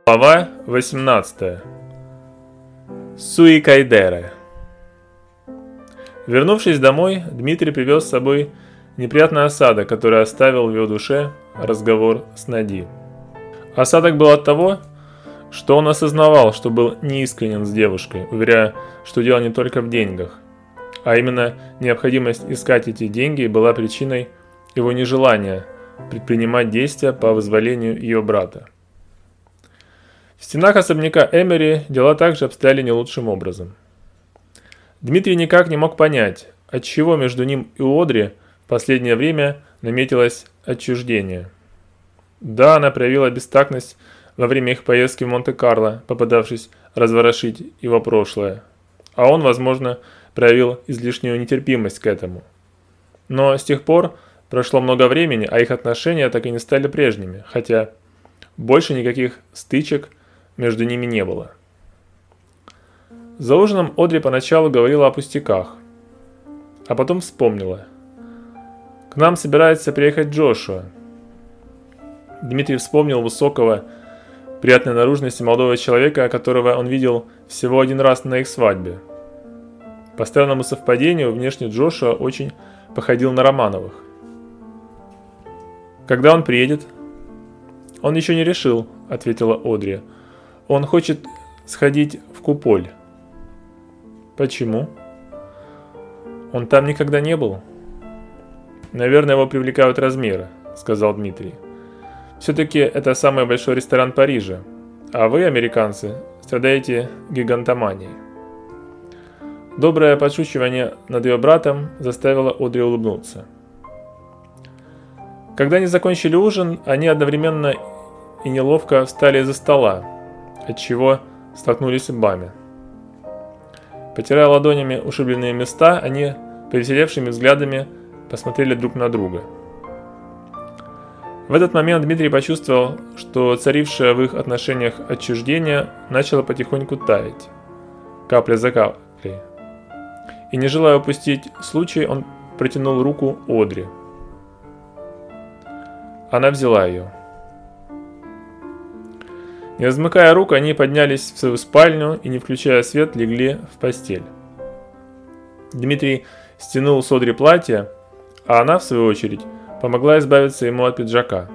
Глава 18. Суи Кайдере. Вернувшись домой, Дмитрий привез с собой неприятный осадок, который оставил в его душе разговор с Нади. Осадок был от того, что он осознавал, что был неискренен с девушкой, уверяя, что дело не только в деньгах, а именно необходимость искать эти деньги была причиной его нежелания предпринимать действия по вызволению ее брата. В стенах особняка Эмери дела также обстояли не лучшим образом. Дмитрий никак не мог понять, отчего между ним и Одри в последнее время наметилось отчуждение. Да, она проявила бестактность во время их поездки в Монте-Карло, попытавшись разворошить его прошлое, а он, возможно, проявил излишнюю нетерпимость к этому. Но с тех пор прошло много времени, а их отношения так и не стали прежними, хотя больше никаких стычек между ними не было. За ужином Одри поначалу говорила о пустяках, а потом вспомнила. К нам собирается приехать Джошуа. Дмитрий вспомнил высокого, приятной наружности молодого человека, которого он видел всего один раз на их свадьбе. По странному совпадению, внешне Джошуа очень походил на Романовых. «Когда он приедет?» «Он еще не решил», — ответила Одри. «Он хочет сходить в Куполь». «Почему?» «Он там никогда не был». «Наверное, его привлекают размеры», — сказал Дмитрий. «Все-таки это самый большой ресторан Парижа, а вы, американцы, страдаете гигантоманией». Доброе подшучивание над ее братом заставило Одри улыбнуться. Когда они закончили ужин, они одновременно и неловко встали из-за стола, отчего столкнулись лбами. Потирая ладонями ушибленные места, они повеселевшими взглядами посмотрели друг на друга. В этот момент Дмитрий почувствовал, что царившее в их отношениях отчуждение начало потихоньку таять, капля за каплей. И не желая упустить случай, он протянул руку Одри. Она взяла ее. Не размыкая рук, они поднялись в свою спальню и, не включая свет, легли в постель. Дмитрий стянул с Одри платье, а она, в свою очередь, помогла избавиться ему от пиджака.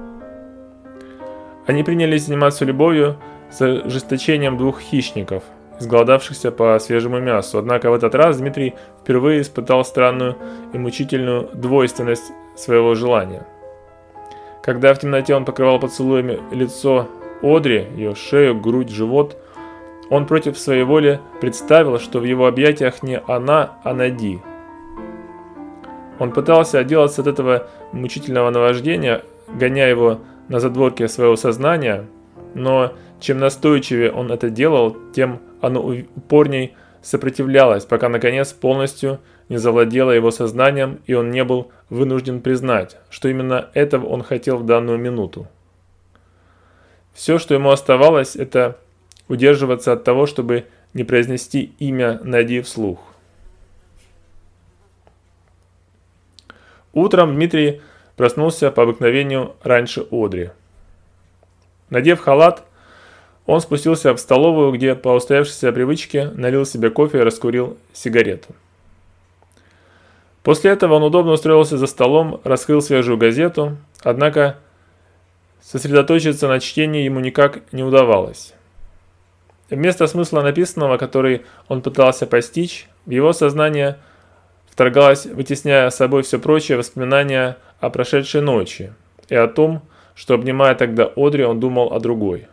Они принялись заниматься любовью с ожесточением двух хищников, изголодавшихся по свежему мясу. Однако в этот раз Дмитрий впервые испытал странную и мучительную двойственность своего желания. Когда в темноте он покрывал поцелуями лицо Одри, ее шею, грудь, живот, он против своей воли представил, что в его объятиях не она, а Нади. Он пытался отделаться от этого мучительного наваждения, гоняя его на задворке своего сознания, но чем настойчивее он это делал, тем оно упорней сопротивлялось, пока наконец полностью не завладело его сознанием, и он не был вынужден признать, что именно этого он хотел в данную минуту. Все, что ему оставалось, это удерживаться от того, чтобы не произнести имя Нади вслух. Утром Дмитрий проснулся по обыкновению раньше Одри. Надев халат, он спустился в столовую, где по устоявшейся привычке налил себе кофе и раскурил сигарету. После этого он удобно устроился за столом, раскрыл свежую газету, однако сосредоточиться на чтении ему никак не удавалось. Вместо смысла написанного, который он пытался постичь, в его сознание вторгалось, вытесняя с собой все прочее, воспоминания о прошедшей ночи и о том, что, обнимая тогда Одри, он думал о другой.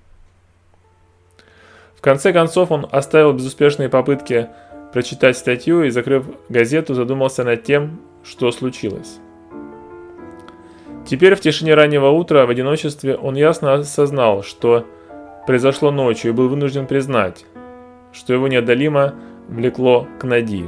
В конце концов он оставил безуспешные попытки прочитать статью и, закрыв газету, задумался над тем, что случилось. Теперь в тишине раннего утра в одиночестве он ясно осознал, что произошло ночью, и был вынужден признать, что его неодолимо влекло к Нади.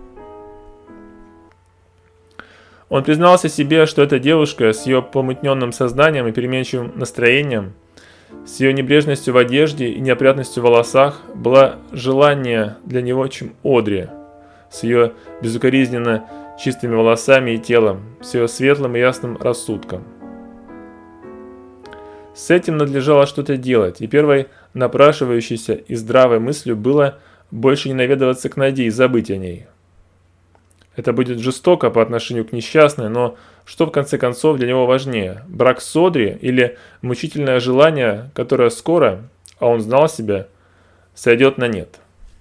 Он признался себе, что эта девушка с ее помутненным сознанием и переменчивым настроением, с ее небрежностью в одежде и неопрятностью в волосах была желаннее для него, чем Одри, с ее безукоризненно чистыми волосами и телом, с ее светлым и ясным рассудком. С этим надлежало что-то делать, и первой напрашивающейся и здравой мыслью было больше не наведываться к Наде и забыть о ней. Это будет жестоко по отношению к несчастной, но что в конце концов для него важнее – брак с Одри или мучительное желание, которое скоро, а он знал себя, сойдет на нет.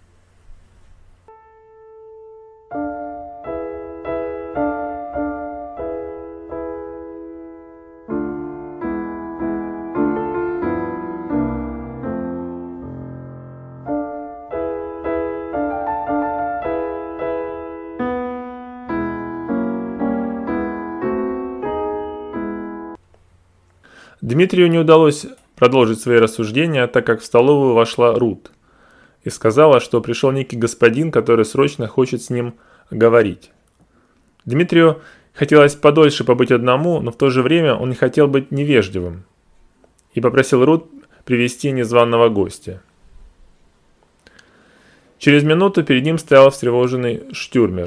Дмитрию не удалось продолжить свои рассуждения, так как в столовую вошла Рут и сказала, что пришел некий господин, который срочно хочет с ним говорить. Дмитрию хотелось подольше побыть одному, но в то же время он не хотел быть невежливым и попросил Рут привести незваного гостя. Через минуту перед ним стоял встревоженный Штюрмер.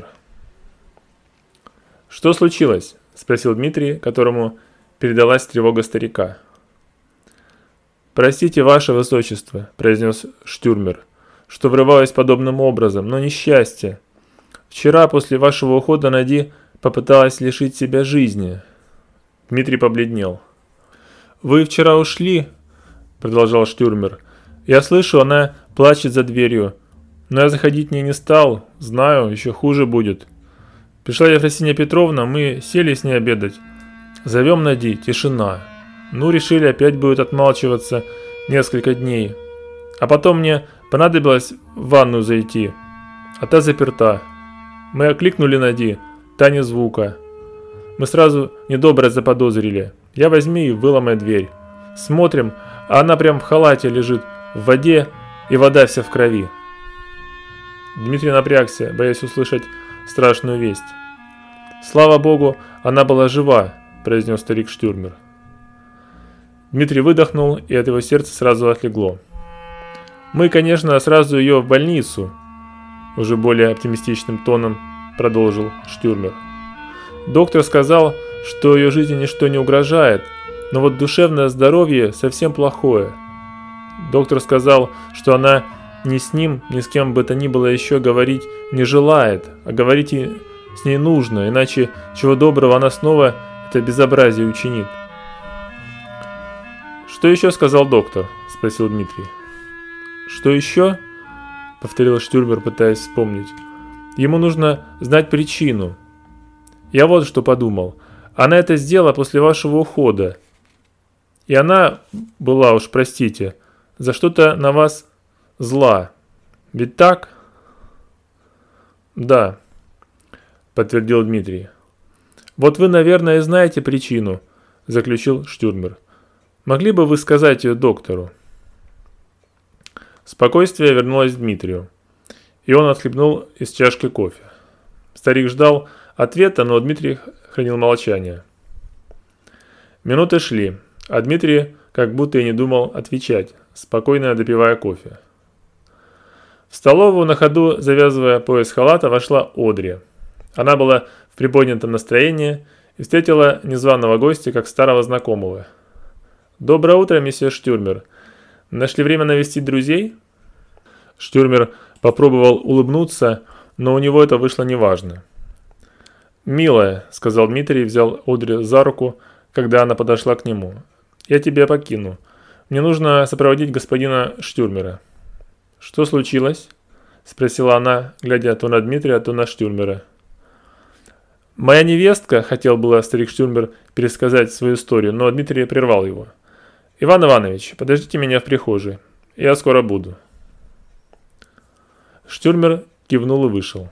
«Что случилось?» – спросил Дмитрий, которому передалась тревога старика. «Простите, ваше высочество», – произнес Штюрмер, – «что врываюсь подобным образом, но несчастье. Вчера после вашего ухода Нади попыталась лишить себя жизни». Дмитрий побледнел. «Вы вчера ушли», – продолжал Штюрмер. «Я слышу, она плачет за дверью, но я заходить к ней не стал, знаю, еще хуже будет. Пришла Ефросинья Петровна, мы сели с ней обедать. Зовем Нади, тишина. Ну, решили, опять будет отмалчиваться несколько дней. А потом мне понадобилось в ванную зайти, а та заперта. Мы окликнули Нади, та ни звука. Мы сразу недоброе заподозрили. Я возьми и выломай дверь. Смотрим, а она прям в халате лежит в воде, и вода вся в крови». Дмитрий напрягся, боясь услышать страшную весть. «Слава богу, она была жива», – произнес старик Штюрмер. Дмитрий выдохнул, и от его сердца сразу отлегло. «Мы, конечно, сразу ее в больницу», – уже более оптимистичным тоном продолжил Штюрмер. «Доктор сказал, что ее жизни ничто не угрожает, но вот душевное здоровье совсем плохое. Доктор сказал, что она ни с ним, ни с кем бы то ни было еще говорить не желает, а говорить с ней нужно, иначе чего доброго она снова это безобразие учинит». «Что еще сказал доктор?» – спросил Дмитрий. «Что еще?» – повторил Штюрмер, пытаясь вспомнить. «Ему нужно знать причину. Я вот что подумал. Она это сделала после вашего ухода. И она была, уж простите, за что-то на вас зла. Ведь так?» «Да», – подтвердил Дмитрий. «Вот вы, наверное, знаете причину», – заключил Штюрмер. «Могли бы вы сказать ее доктору?» Спокойствие вернулось к Дмитрию, и он отхлебнул из чашки кофе. Старик ждал ответа, но Дмитрий хранил молчание. Минуты шли, а Дмитрий как будто и не думал отвечать, спокойно допивая кофе. В столовую, на ходу завязывая пояс халата, вошла Одри. Она была в приподнятом настроении и встретила незваного гостя как старого знакомого. «Доброе утро, месье Штюрмер. Нашли время навестить друзей?» Штюрмер попробовал улыбнуться, но у него это вышло неважно. «Милая», — сказал Дмитрий и взял Одри за руку, когда она подошла к нему. «Я тебя покину. Мне нужно сопроводить господина Штюрмера». «Что случилось?» — спросила она, глядя то на Дмитрия, то на Штюрмера. «Моя невестка», — хотел было старик Штюрмер пересказать свою историю, но Дмитрий прервал его. «Иван Иванович, подождите меня в прихожей. Я скоро буду». Штюрмер кивнул и вышел.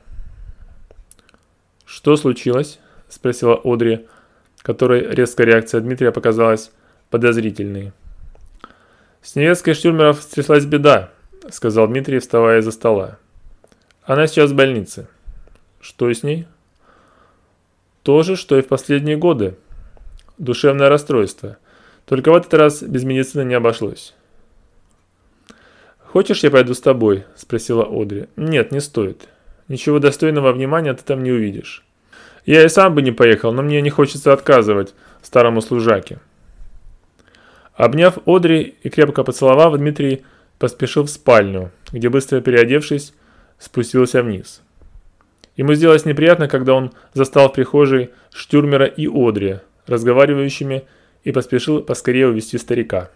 «Что случилось?» – спросила Одри, которой резкая реакция Дмитрия показалась подозрительной. «С невесткой Штюрмеров стряслась беда», – сказал Дмитрий, вставая из-за стола. «Она сейчас в больнице». «Что с ней?» «То же, что и в последние годы. Душевное расстройство. Только в этот раз без медицины не обошлось». «Хочешь, я пойду с тобой?» – спросила Одри. «Нет, не стоит. Ничего достойного внимания ты там не увидишь. Я и сам бы не поехал, но мне не хочется отказывать старому служаке». Обняв Одри и крепко поцеловав, Дмитрий поспешил в спальню, где, быстро переодевшись, спустился вниз. Ему сделалось неприятно, когда он застал в прихожей Штюрмера и Одри, разговаривающими, и поспешил поскорее увести старика.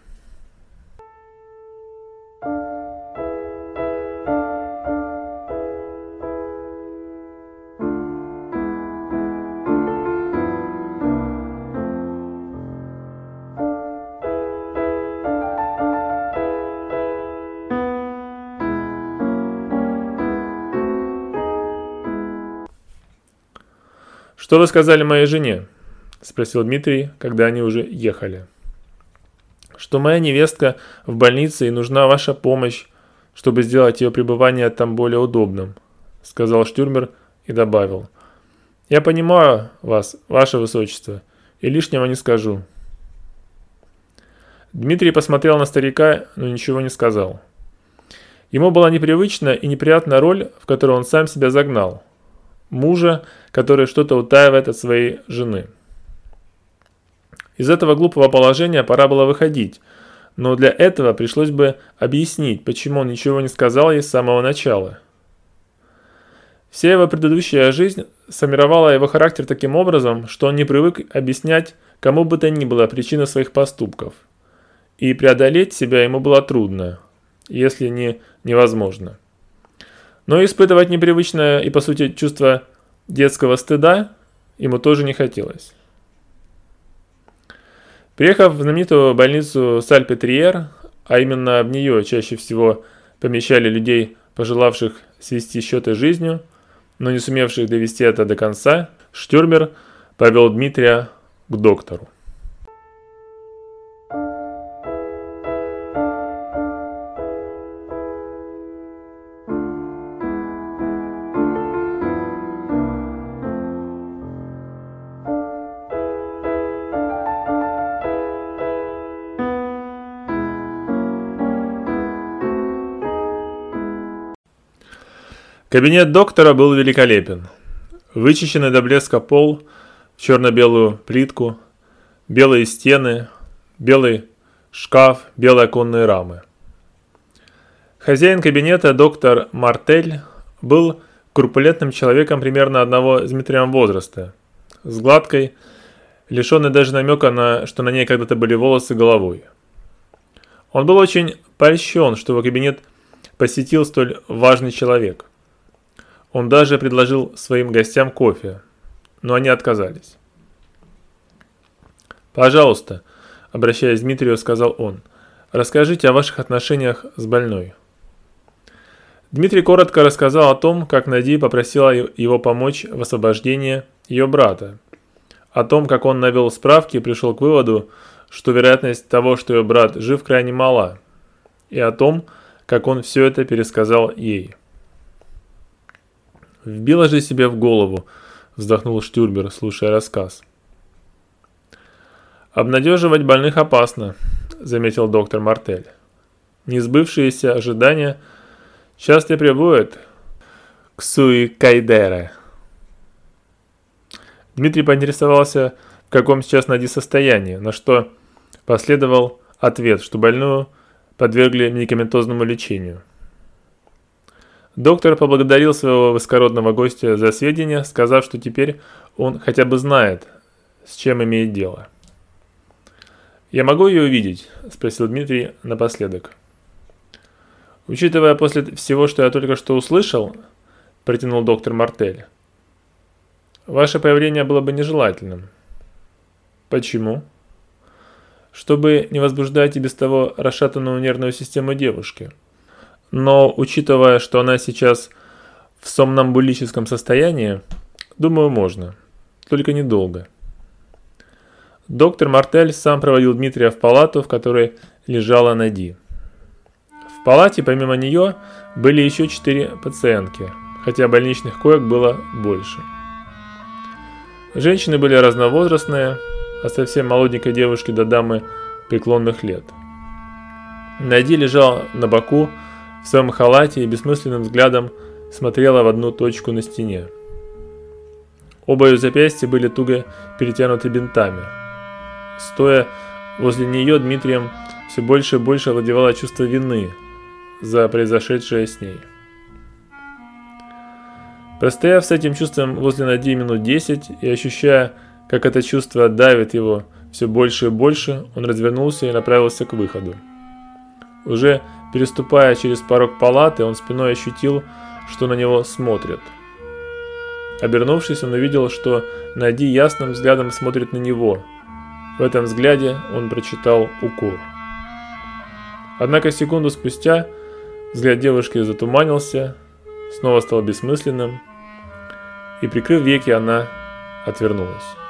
«Что вы сказали моей жене?» – спросил Дмитрий, когда они уже ехали. «Что моя невестка в больнице и нужна ваша помощь, чтобы сделать ее пребывание там более удобным», – сказал Штюрмер и добавил. «Я понимаю вас, ваше высочество, и лишнего не скажу». Дмитрий посмотрел на старика, но ничего не сказал. Ему была непривычна и неприятная роль, в которую он сам себя загнал. Мужа, который что-то утаивает от своей жены. Из этого глупого положения пора было выходить, но для этого пришлось бы объяснить, почему он ничего не сказал ей с самого начала. Вся его предыдущая жизнь сформировала его характер таким образом, что он не привык объяснять кому бы то ни было причину своих поступков, и преодолеть себя ему было трудно, если не невозможно. Но испытывать непривычное и, по сути, чувство детского стыда ему тоже не хотелось. Приехав в знаменитую больницу Сальпетриер, а именно в нее чаще всего помещали людей, пожелавших свести счеты с жизнью, но не сумевших довести это до конца, Штюрмер повел Дмитрия к доктору. Кабинет доктора был великолепен. Вычищенный до блеска пол, черно-белую плитку, белые стены, белый шкаф, белые оконные рамы. Хозяин кабинета, доктор Мартель, был корпулентным человеком примерно одного с Дмитрием возраста, с гладкой, лишенной даже намека что на ней когда-то были волосы, головой. Он был очень польщен, что его кабинет посетил столь важный человек. Он даже предложил своим гостям кофе, но они отказались. «Пожалуйста», — обращаясь к Дмитрию, сказал он, — «расскажите о ваших отношениях с больной». Дмитрий коротко рассказал о том, как Нади попросила его помочь в освобождении ее брата, о том, как он навел справки и пришел к выводу, что вероятность того, что ее брат жив, крайне мала, и о том, как он все это пересказал ей. «Вбило же себе в голову», — вздохнул Штюрмер, слушая рассказ. «Обнадеживать больных опасно», — заметил доктор Мартель. «Несбывшиеся ожидания часто приводят к суикайдере». Дмитрий поинтересовался, в каком сейчас Нади состоянии, на что последовал ответ, что больную подвергли медикаментозному лечению. Доктор поблагодарил своего высокородного гостя за сведения, сказав, что теперь он хотя бы знает, с чем имеет дело. «Я могу ее увидеть?» – спросил Дмитрий напоследок. «Учитывая после всего, что я только что услышал», – протянул доктор Мартель, – «ваше появление было бы нежелательным». «Почему?» «Чтобы не возбуждать и без того расшатанную нервную систему девушки. Но, учитывая, что она сейчас в сомнамбулическом состоянии, думаю, можно. Только недолго». Доктор Мартель сам проводил Дмитрия в палату, в которой лежала Нади. В палате, помимо нее, были еще 4 пациентки, хотя больничных коек было больше. Женщины были разновозрастные, от совсем молоденькой девушки до дамы преклонных лет. Нади лежала на боку, в своем халате и бессмысленным взглядом смотрела в одну точку на стене. Оба ее запястья были туго перетянуты бинтами. Стоя Возле нее Дмитрием все больше и больше овладевало чувство вины за произошедшее с ней. Простояв с этим чувством возле Нади минут 10 и ощущая, как это чувство давит его все больше и больше, он развернулся и направился к выходу. Уже переступая через порог палаты, он спиной ощутил, что на него смотрят. Обернувшись, он увидел, что Нади ясным взглядом смотрит на него. В этом взгляде он прочитал укор. Однако секунду спустя взгляд девушки затуманился, снова стал бессмысленным, и, прикрыв веки, она отвернулась.